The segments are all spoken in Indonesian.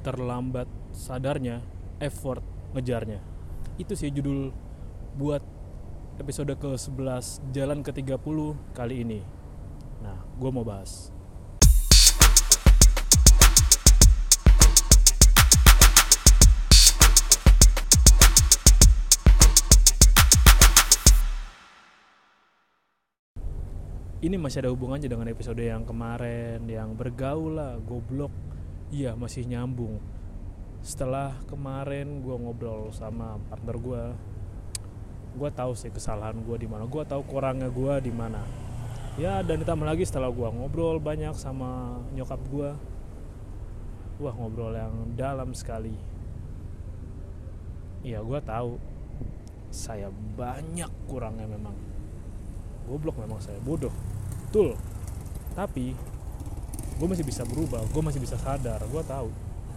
terlambat sadarnya, effort ngejarnya. Itu sih judul buat episode ke-11 Jalan ke-30 kali ini. Nah, gue mau bahas. Ini masih ada hubungannya dengan episode yang kemarin, yang bergaul lah, goblok. Iya, masih nyambung. Setelah kemarin gue ngobrol sama partner gue tahu sih kesalahan gue di mana, gue tahu kurangnya gue di mana. Ya, dan ditambah lagi setelah gue ngobrol banyak sama nyokap gue, wah ngobrol yang dalam sekali. Iya, gue tahu saya banyak kurangnya memang. Goblok memang saya, bodoh, betul. Tapi gue masih bisa berubah, gue masih bisa sadar. Gue tahu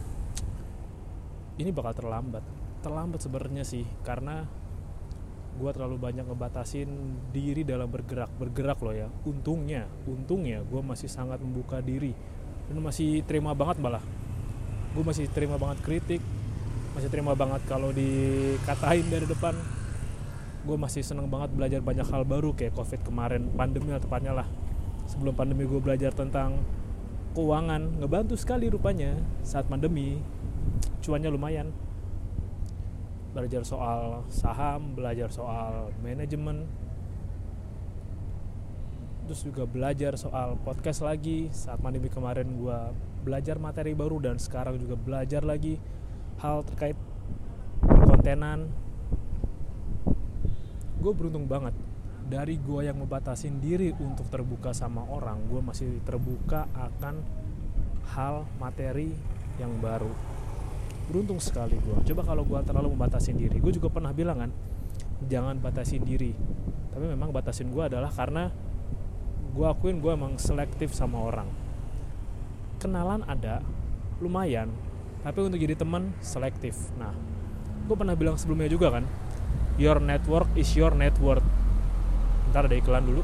ini bakal terlambat sebenarnya sih, karena gue terlalu banyak ngebatasin diri dalam bergerak loh ya. Untungnya gue masih sangat membuka diri dan masih terima banget, malah gue masih terima banget kritik, masih terima banget kalau dikatain dari depan. Gue masih seneng banget belajar banyak hal baru, kayak COVID kemarin, pandemi lah tepatnya lah. Sebelum pandemi gue belajar tentang keuangan, ngebantu sekali rupanya saat pandemi, cuannya lumayan. Belajar soal saham, belajar soal manajemen, terus juga belajar soal podcast lagi. Saat pandemi kemarin gue belajar materi baru, dan sekarang juga belajar lagi hal terkait perkontenan. Gue beruntung banget, dari gue yang membatasin diri untuk terbuka sama orang, gue masih terbuka akan hal materi yang baru. Beruntung sekali gue. Coba kalau gue terlalu membatasin diri, gue juga pernah bilang kan, jangan batasin diri. Tapi memang batasin gue adalah karena gue akuin gue emang selektif sama orang. Kenalan ada, lumayan, tapi untuk jadi teman selektif. Nah, gue pernah bilang sebelumnya juga kan, your network is your net worth. Ntar ada iklan dulu.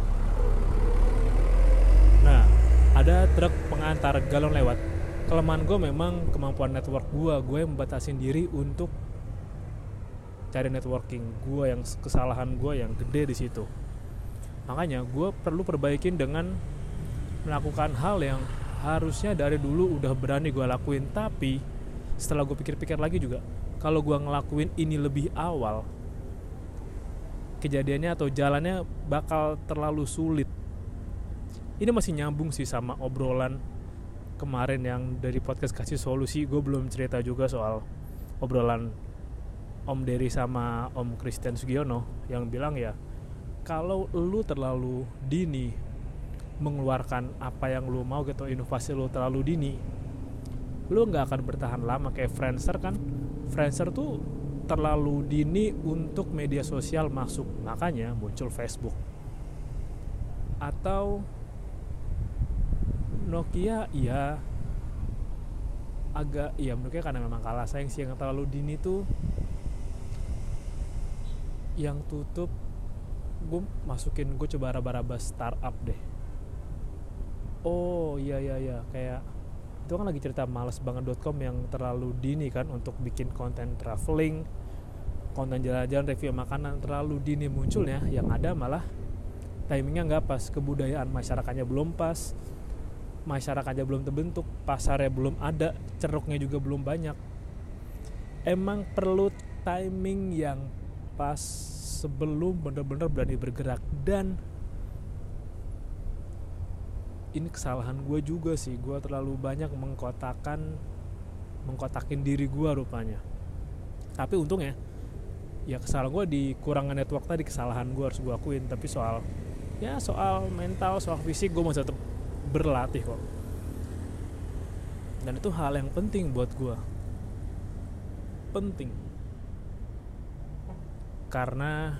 Nah, ada truk pengantar galon lewat. Kelemahan gue memang kemampuan network gue yang membatasin diri untuk cari networking. Gue yang kesalahan gue yang gede di situ. Makanya gue perlu perbaikin dengan melakukan hal yang harusnya dari dulu udah berani gue lakuin. Tapi setelah gue pikir-pikir lagi juga, kalau gue ngelakuin ini lebih awal, kejadiannya atau jalannya bakal terlalu sulit. Ini masih nyambung sih sama obrolan kemarin yang dari podcast Kasih Solusi. Gue belum cerita juga soal obrolan Om Dery sama Om Christian Sugiono yang bilang ya, kalau lu terlalu dini mengeluarkan apa yang lu mau gitu, inovasi lu terlalu dini, lu gak akan bertahan lama. Kayak Friendster kan, Friendster tuh terlalu dini untuk media sosial masuk, makanya muncul Facebook. Atau Nokia, iya agak, iya Nokia karena memang kalah saing sih. Yang terlalu dini tuh yang tutup, gue masukin, gue coba raba-raba startup deh. Oh iya, kayak itu kan lagi cerita malesbanget.com yang terlalu dini kan untuk bikin konten traveling, konten jalan-jalan, review makanan. Terlalu dini munculnya, yang ada malah timingnya gak pas, kebudayaan masyarakatnya belum pas, masyarakatnya belum terbentuk, pasarnya belum ada, ceruknya juga belum banyak. Emang perlu timing yang pas sebelum benar-benar berani bergerak. Dan ini kesalahan gue juga sih, gue terlalu banyak mengkotakin diri gue rupanya. Tapi untungnya ya kesalahan gue di kurangan network tadi, kesalahan gue harus gue akuin. Tapi soal mental, soal fisik, gue masih tetap berlatih kok. Dan itu hal yang penting buat gue, penting, karena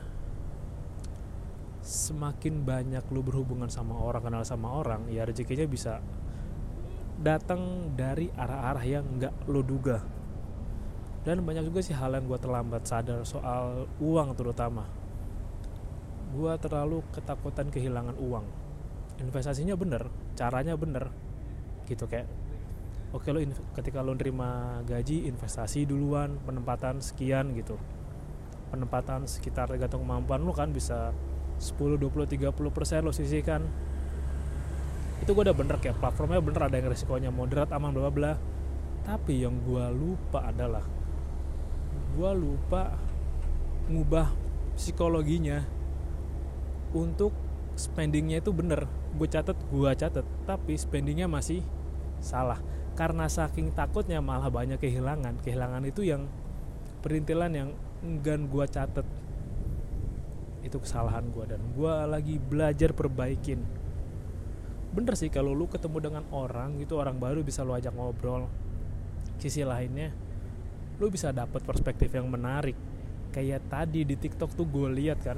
semakin banyak lu berhubungan sama orang, kenal sama orang, ya rezekinya bisa datang dari arah-arah yang gak lu duga. Dan banyak juga sih hal yang gue terlambat sadar soal uang terutama. Gue terlalu ketakutan kehilangan uang. Investasinya bener, caranya bener gitu, kayak Oke, ketika lo nerima gaji, investasi duluan, penempatan sekian gitu. Penempatan sekitar tergantung kemampuan lo kan, bisa 10, 20, 30% lo sisihkan. Itu gue udah bener, kayak platformnya bener, ada yang resikonya moderat, aman, bla bla. Tapi yang gue lupa adalah gue lupa ngubah psikologinya untuk spendingnya itu bener. Gue catet, tapi spendingnya masih salah. Karena saking takutnya malah banyak kehilangan. Kehilangan itu yang perintilan yang enggan gue catet. Itu kesalahan gue dan gue lagi belajar perbaikin. Bener sih, kalau lu ketemu dengan orang gitu, orang baru bisa lu ajak ngobrol. Sisi lainnya, lu bisa dapat perspektif yang menarik. Kayak tadi di TikTok tuh gue lihat kan,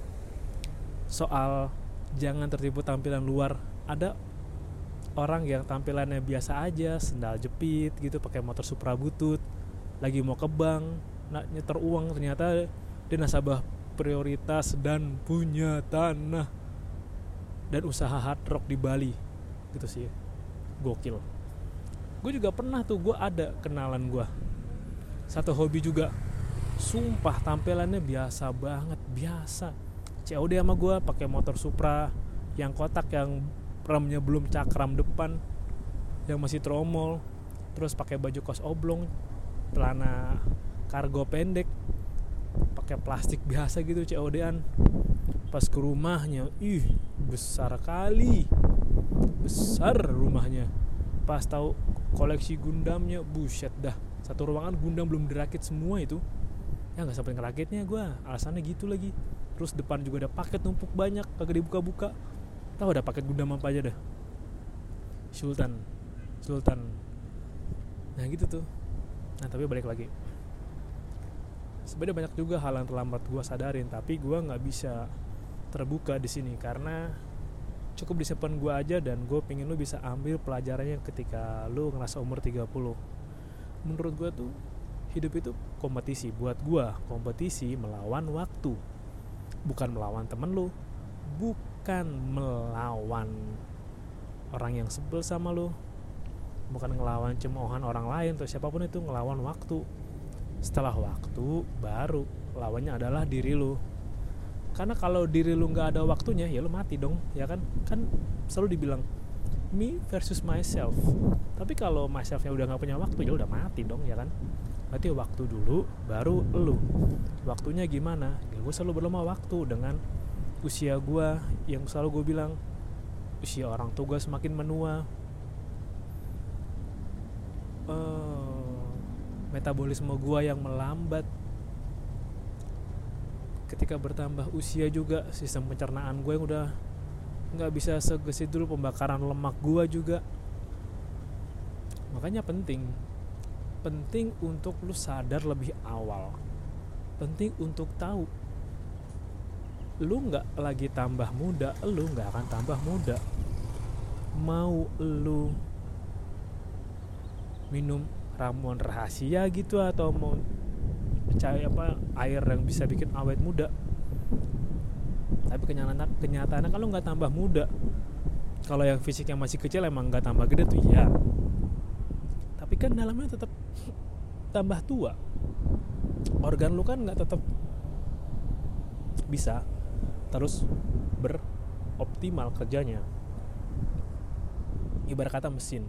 soal jangan tertipu tampilan luar. Ada orang yang tampilannya biasa aja, sendal jepit gitu, pakai motor Supra butut, lagi mau ke bank, nyetor uang, ternyata dia nasabah prioritas dan punya tanah dan usaha hard rock di Bali gitu sih. Gokil. Gue juga pernah tuh, gue ada kenalan gue satu hobi juga, sumpah tampilannya biasa banget, biasa. COD sama gue pakai motor Supra yang kotak, yang remnya belum cakram depan, yang masih tromol, terus pakai baju kaos oblong, celana kargo pendek, pakai plastik biasa gitu, COD-an. Pas ke rumahnya, besar kali, besar rumahnya. Pas tahu koleksi Gundamnya, buset dah, satu ruangan Gundam belum dirakit semua itu. Ya nggak sampai ngerakitnya gue, alasannya gitu lagi. Terus depan juga ada paket numpuk banyak, kagak dibuka-buka. Tahu ada paket Gundam apa aja dah, Sultan. Nah gitu tuh. Nah tapi balik lagi, sebenarnya banyak juga hal yang terlambat gue sadarin, tapi gue nggak bisa terbuka di sini karena cukup disimpan gue aja, dan gue pengen lu bisa ambil pelajarannya ketika lu ngerasa umur 30. Menurut gue tuh hidup itu kompetisi. Buat gue kompetisi melawan waktu, bukan melawan temen lu, bukan melawan orang yang sebel sama lu, bukan ngelawan cemoohan orang lain atau siapapun itu, ngelawan waktu. Setelah waktu baru lawannya adalah diri lu. Karena kalau diri lu nggak ada waktunya, ya lu mati dong, ya kan? Kan selalu dibilang me versus myself. Tapi kalau myselfnya udah nggak punya waktu, ya udah mati dong, ya kan? Berarti waktu dulu, baru lu. Waktunya gimana? Ya gue selalu berlomba waktu dengan usia gue, yang selalu gue bilang usia orang tua gue semakin menua. Metabolisme gue yang melambat. Ketika bertambah usia juga, sistem pencernaan gue yang udah gak bisa segesit dulu, pembakaran lemak gue juga. Makanya penting untuk lu sadar lebih awal. Penting untuk tahu lu gak lagi tambah muda, lu gak akan tambah muda. Mau lu minum ramuan rahasia gitu, atau mau air yang bisa bikin awet muda, tapi kenyataannya kalau nggak tambah muda. Kalau yang fisiknya masih kecil emang nggak tambah gede tuh ya, tapi kan dalamnya tetap tambah tua. Organ lu kan nggak tetap bisa terus beroptimal kerjanya. Ibarat kata mesin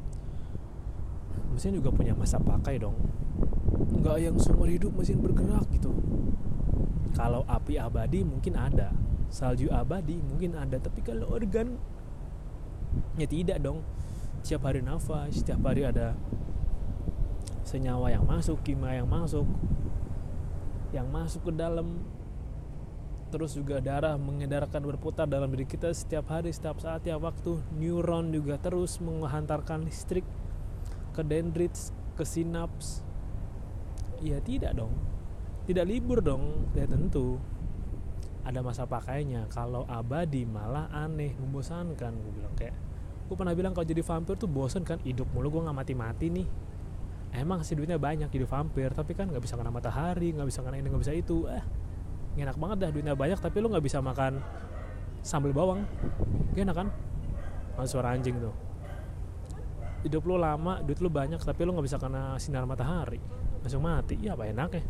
juga punya masa pakai dong. Nggak yang seumur hidup mesin bergerak gitu. Kalau api abadi mungkin ada, salju abadi mungkin ada, tapi kalau organ ya tidak dong. Setiap hari nafas, setiap hari ada senyawa yang masuk, kimia yang masuk ke dalam. Terus juga darah mengedarkan, berputar dalam diri kita setiap hari, setiap saat, setiap waktu. Neuron juga terus menghantarkan listrik ke dendrites, ke sinaps. Ya tidak dong, tidak libur dong. Ya tentu ada masa pakainya. Kalau abadi malah aneh, membosankan. Gue pernah bilang kalau jadi vampir tuh bosen kan, hidup mulu gue gak mati-mati nih. Emang sih duitnya banyak jadi vampir, tapi kan gak bisa kena matahari, gak bisa kena ini, gak bisa itu. Enak banget dah duitnya banyak, tapi lu gak bisa makan sambal bawang. Gak enak kan? Masuk suara anjing tuh. hidup lu lama, duit lu banyak, tapi lu nggak bisa kena sinar matahari, langsung mati. Ya apa enaknya?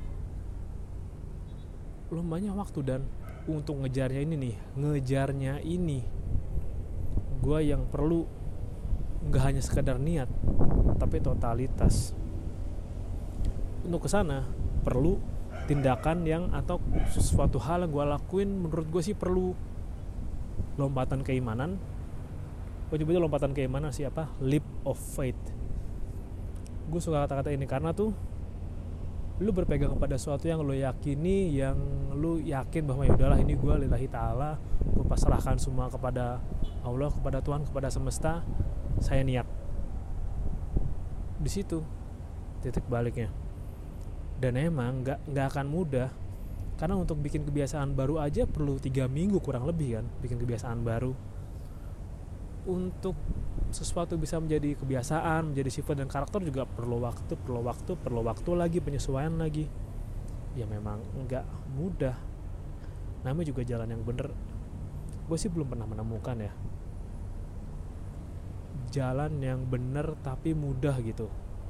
Lu banyak waktu, dan untuk ngejarnya ini gue yang perlu nggak hanya sekedar niat, tapi totalitas. Untuk kesana perlu tindakan yang atau sesuatu hal yang gue lakuin, menurut gue sih perlu lompatan keimanan. Gue nyebutnya lompatan keimanan siapa? Leap of faith. Gue suka kata-kata ini karena tuh lu berpegang kepada sesuatu yang lu yakini, yang lu yakin bahwa ya udahlah ini gue lillahi ta'ala, gue pasrahkan semua kepada Allah, kepada Tuhan, kepada semesta, saya niat. Di situ titik baliknya. Dan emang nggak akan mudah, karena untuk bikin kebiasaan baru aja perlu 3 minggu kurang lebih kan, bikin kebiasaan baru. Untuk sesuatu bisa menjadi kebiasaan, menjadi sifat dan karakter juga perlu waktu lagi, penyesuaian lagi. Ya memang nggak mudah. Namanya juga jalan yang bener. Gue sih belum pernah menemukan ya jalan yang bener tapi mudah gitu.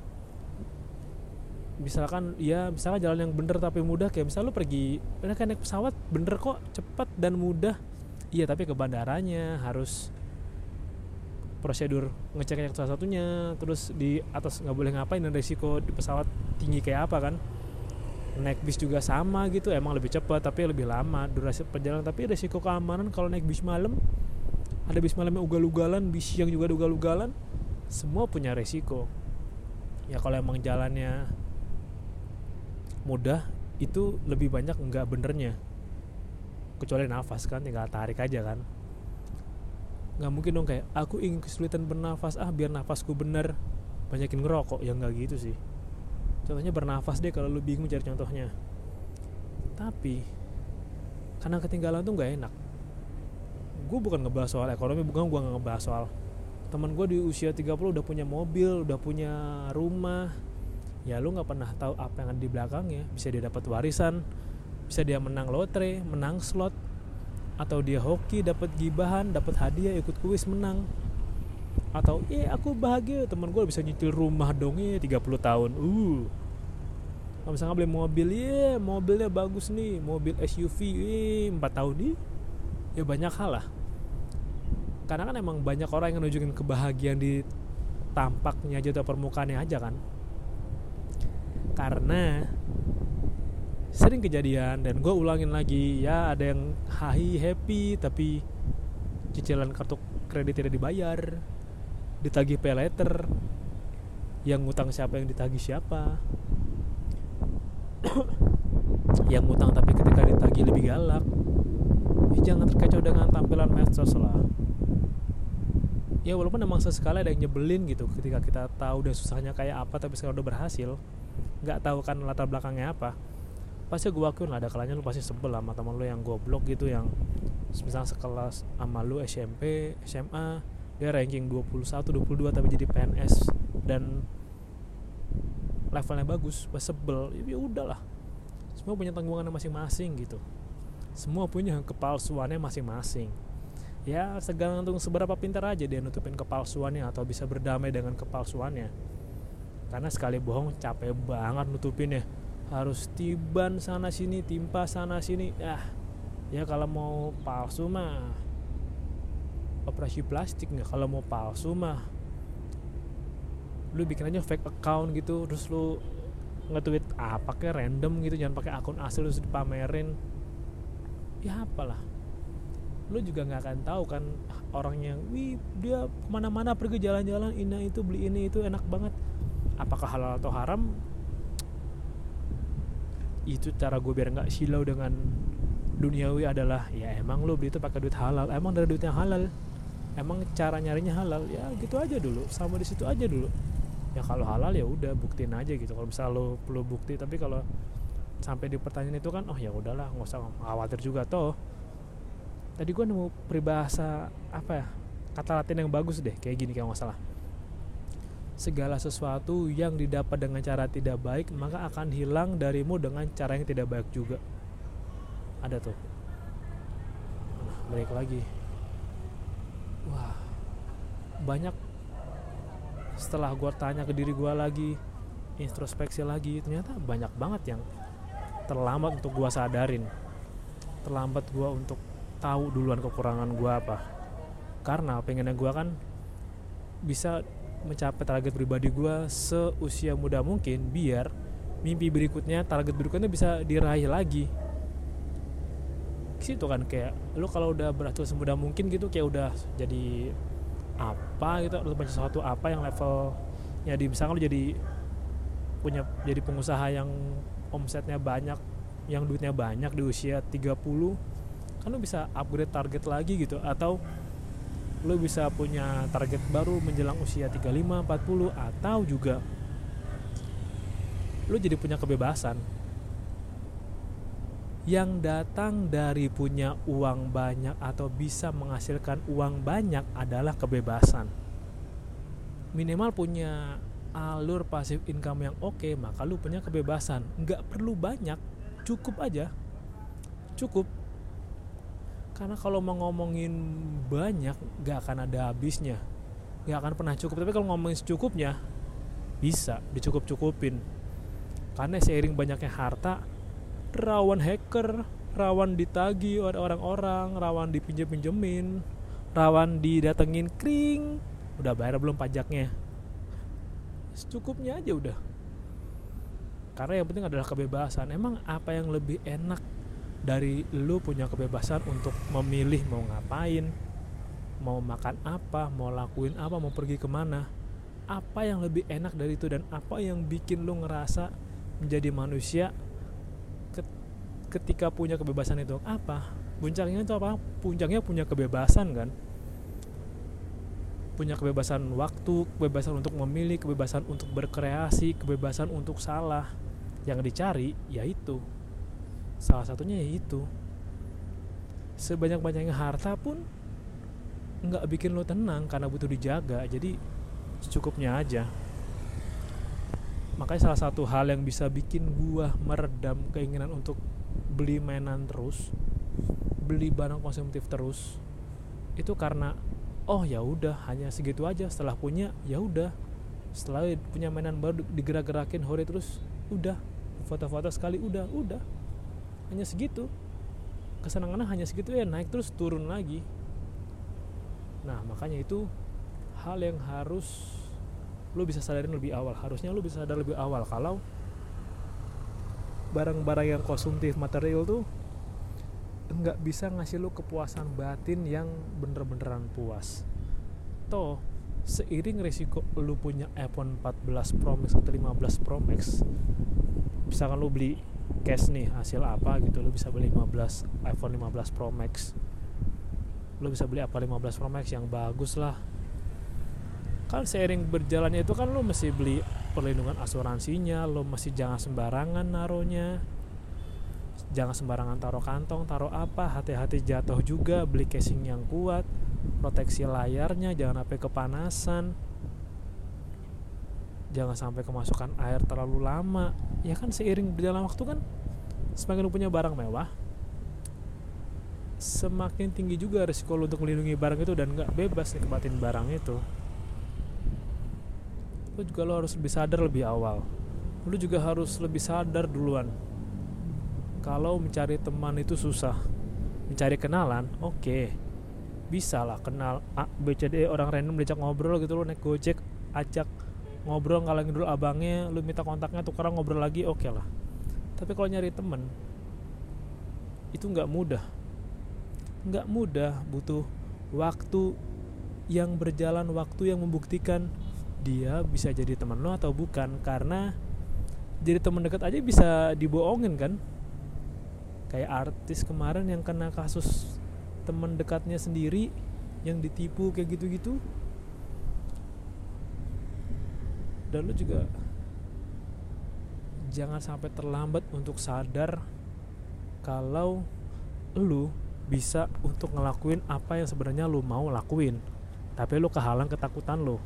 Misalkan jalan yang bener tapi mudah, kayak misal lu pergi naik pesawat, bener kok, cepat dan mudah. Iya, tapi ke bandaranya harus prosedur ngecek salah satunya, terus di atas nggak boleh ngapain, dan resiko di pesawat tinggi kayak apa kan. Naik bis juga sama gitu, emang lebih cepat tapi lebih lama durasi perjalanan, tapi resiko keamanan kalau naik bis malam, ada bis malamnya ugal-ugalan, bis yang juga ugal-ugalan, semua punya resiko. Ya kalau emang jalannya mudah, itu lebih banyak nggak benernya, kecuali nafas kan, tinggal tarik aja kan. Nggak mungkin dong kayak aku ingin kesulitan bernafas, biar nafasku bener, banyakin ngerokok. Ya nggak gitu sih. Contohnya bernafas deh, kalau lu bingung cari contohnya. Tapi karena ketinggalan tuh nggak enak. Gue bukan ngebahas soal ekonomi, gue nggak ngebahas soal teman gue di usia 30 udah punya mobil, udah punya rumah. Ya lu nggak pernah tahu apa yang ada di belakangnya. Bisa dia dapat warisan, bisa dia menang lotre, menang slot, atau dia hoki, dapat gibahan, dapat hadiah, ikut kuis menang. Atau aku bahagia teman gue bisa nyicil rumah dong 30 tahun. Nggak bisa beli mobil, mobilnya bagus nih, mobil SUV 4 tahun nih. Ya banyak hal lah. Karena kan emang banyak orang yang nunjukin kebahagiaan di tampaknya aja atau permukaannya aja kan. Karena sering kejadian, dan gue ulangin lagi ya, ada yang happy tapi cicilan kartu kredit tidak dibayar, ditagih pay later, yang ngutang siapa, yang ditagih siapa. Yang ngutang tapi ketika ditagih lebih galak. Jangan terkecoh dengan tampilan medsos lah. Ya walaupun emang sesekali ada yang nyebelin gitu ketika kita tahu udah susahnya kayak apa, tapi sekarang udah berhasil, nggak tahu kan latar belakangnya apa, pasti gue akuin lah ada kalanya lu pasti sebel sama teman lu yang goblok gitu, yang misalnya sekelas sama lu SMP, SMA, dia ranking 21, 22 tapi jadi PNS dan levelnya bagus, pas sebel. Ya udahlah, semua punya tanggungannya masing-masing gitu, semua punya kepalsuannya masing-masing. Ya tergantung seberapa pintar aja dia nutupin kepalsuannya atau bisa berdamai dengan kepalsuannya. Karena sekali bohong capek banget nutupinnya, harus tiban sana sini, timpa sana sini. Ya kalau mau palsu mah operasi plastik. Nggak, kalau mau palsu mah lu bikin aja fake account gitu, terus lu nge-tweet apa kayak random gitu, jangan pakai akun asli terus dipamerin. Ya apalah, lu juga nggak akan tahu kan orang yang dia kemana-mana pergi jalan-jalan, ini itu beli ini itu enak banget, apakah halal atau haram. Itu cara gue biar nggak silau dengan duniawi adalah ya emang lu beli itu pakai duit halal, emang dari duitnya halal, emang cara nyarinya halal, ya gitu aja dulu, sama di situ aja dulu. Ya kalau halal ya udah buktiin aja gitu kalau misalnya lu perlu bukti. Tapi kalau sampai di pertanyaan itu kan ya udahlah, nggak usah khawatir juga. Toh tadi gue nemu peribahasa kata Latin yang bagus deh, kayak gini kalau nggak salah, segala sesuatu yang didapat dengan cara tidak baik maka akan hilang darimu dengan cara yang tidak baik juga. Ada tuh. Balik lagi, wah banyak setelah gue tanya ke diri gue lagi, introspeksi lagi, ternyata banyak banget yang terlambat untuk gue sadarin, terlambat gue untuk tahu duluan kekurangan gue apa. Karena pengennya gue kan bisa mencapai target pribadi gue seusia muda mungkin, biar mimpi berikutnya, target berikutnya bisa diraih lagi. Situ kan kayak lu kalau udah beratur semudah mungkin gitu, kayak udah jadi apa gitu, atau sesuatu apa yang levelnya di, misalkan lu jadi pengusaha yang omsetnya banyak, yang duitnya banyak di usia 30, kan lu bisa upgrade target lagi gitu. Atau lu bisa punya target baru menjelang usia 35, 40, atau juga lu jadi punya kebebasan. Yang datang dari punya uang banyak atau bisa menghasilkan uang banyak adalah kebebasan. Minimal punya alur pasif income yang oke, maka lu punya kebebasan. Nggak perlu banyak, cukup aja. Cukup. Karena kalau mau ngomongin banyak, gak akan ada habisnya, gak akan pernah cukup. Tapi kalau ngomongin secukupnya, bisa dicukup-cukupin. Karena seiring banyaknya harta, rawan hacker, rawan ditagih oleh orang-orang, rawan dipinjem-pinjemin, rawan didatengin kring, udah bayar belum pajaknya. Secukupnya aja udah. Karena yang penting adalah kebebasan. Emang apa yang lebih enak dari lu punya kebebasan untuk memilih mau ngapain, mau makan apa, mau lakuin apa, mau pergi kemana? Apa yang lebih enak dari itu, dan apa yang bikin lu ngerasa menjadi manusia ketika punya kebebasan itu? Apa? Puncaknya itu apa? Puncaknya punya kebebasan kan? Punya kebebasan waktu, kebebasan untuk memilih, kebebasan untuk berkreasi, kebebasan untuk salah. Yang dicari yaitu salah satunya yaitu sebanyak-banyaknya harta pun nggak bikin lo tenang karena butuh dijaga. Jadi secukupnya aja. Makanya salah satu hal yang bisa bikin gua meredam keinginan untuk beli mainan terus, beli barang konsumtif terus, itu karena oh ya udah, hanya segitu aja. Setelah punya ya udah, setelah punya mainan baru digerak-gerakin hore terus, udah foto-foto sekali udah hanya segitu. Kesenangannya hanya segitu ya, naik terus turun lagi. Nah makanya itu hal yang harus lu bisa sadarin lebih awal. Harusnya lu bisa sadar lebih awal kalau barang-barang yang konsumtif material tuh nggak bisa ngasih lu kepuasan batin yang bener-beneran puas. Toh seiring resiko lu punya iPhone 14 Pro Max atau 15 Pro Max, misalkan lu beli cash nih hasil apa gitu, lu bisa beli iPhone 15 Pro Max, lu bisa beli apa 15 Pro Max yang bagus lah. Kan seiring berjalannya itu kan lu mesti beli perlindungan asuransinya, lu mesti jangan sembarangan naruhnya, jangan sembarangan taruh kantong, taruh apa, hati-hati jatuh juga, beli casing yang kuat, proteksi layarnya, jangan sampai kepanasan, jangan sampai kemasukan air terlalu lama. Ya kan seiring berjalan waktu kan semakin lu punya barang mewah, semakin tinggi juga risiko lu untuk melindungi barang itu dan gak bebas nikmatin barang itu. Lu juga lu harus lebih sadar lebih awal. Lu juga harus lebih sadar duluan kalau mencari teman itu susah. Mencari kenalan, oke, bisa lah kenal A, B, C, D, orang random diajak ngobrol gitu. Lu naik Gojek, ajak ngobrol, ngalangin dulu abangnya, lu minta kontaknya, tukeran ngobrol lagi, oke lah. Tapi kalau nyari temen itu nggak mudah, butuh waktu yang berjalan, waktu yang membuktikan dia bisa jadi teman lo atau bukan. Karena jadi teman dekat aja bisa dibohongin kan, kayak artis kemarin yang kena kasus teman dekatnya sendiri yang ditipu kayak gitu-gitu. Dan lu juga jangan sampai terlambat untuk sadar kalau lu bisa untuk ngelakuin apa yang sebenarnya lu mau lakuin, tapi lu kehalang ketakutan lu.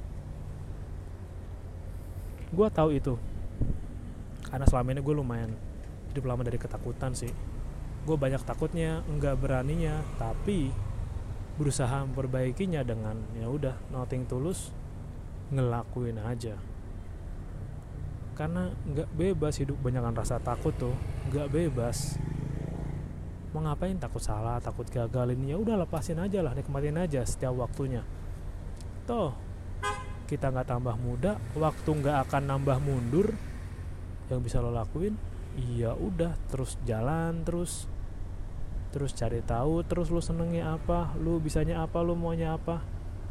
Gue tahu itu karena selama ini gue lumayan hidup lama dari ketakutan sih. Gue banyak takutnya, enggak beraninya, tapi berusaha memperbaikinya dengan ya udah nothing tulus, ngelakuin aja. Karena nggak bebas hidup, banyakan rasa takut tuh, nggak bebas. Mau ngapain takut salah, takut gagal ini, ya udah lepasin aja lah, nikmatin aja setiap waktunya. Toh kita nggak tambah muda, waktu nggak akan nambah mundur. Yang bisa lo lakuin, iya udah terus jalan, terus cari tahu, terus lo senengnya apa, lo bisanya apa, lo maunya apa.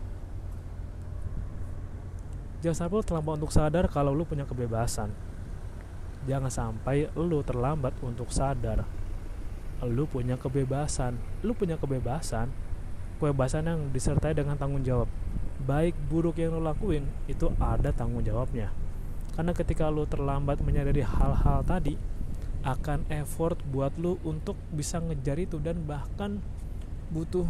Jangan sampai lo terlambat untuk sadar kalau lo punya kebebasan. Jangan sampai lo terlambat untuk sadar lu punya kebebasan. Kebebasan yang disertai dengan tanggung jawab. Baik buruk yang lu lakuin itu ada tanggung jawabnya. Karena ketika lu terlambat menyadari hal-hal tadi, akan effort buat lu untuk bisa ngejar itu, dan bahkan butuh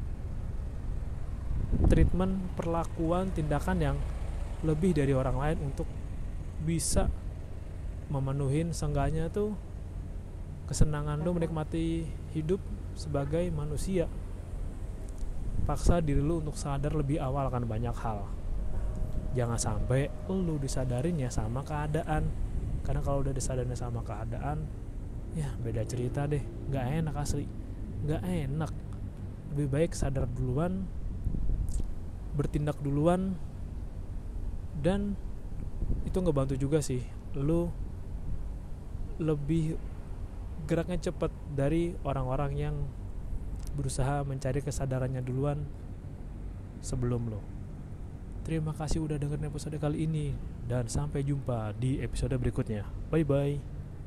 treatment, perlakuan, tindakan yang lebih dari orang lain untuk bisa memenuhin seenggaknya tuh kesenangan lu menikmati hidup sebagai manusia. Paksa diri lu untuk sadar lebih awal akan banyak hal. Jangan sampai lu disadarinnya sama keadaan. Karena kalau udah disadarinnya sama keadaan, ya beda cerita deh. Gak enak asli, gak enak. Lebih baik sadar duluan, bertindak duluan, dan itu ngebantu juga sih lu lebih geraknya cepat dari orang-orang yang berusaha mencari kesadarannya duluan sebelum lo. Terima kasih udah dengerin episode kali ini, dan sampai jumpa di episode berikutnya. Bye bye.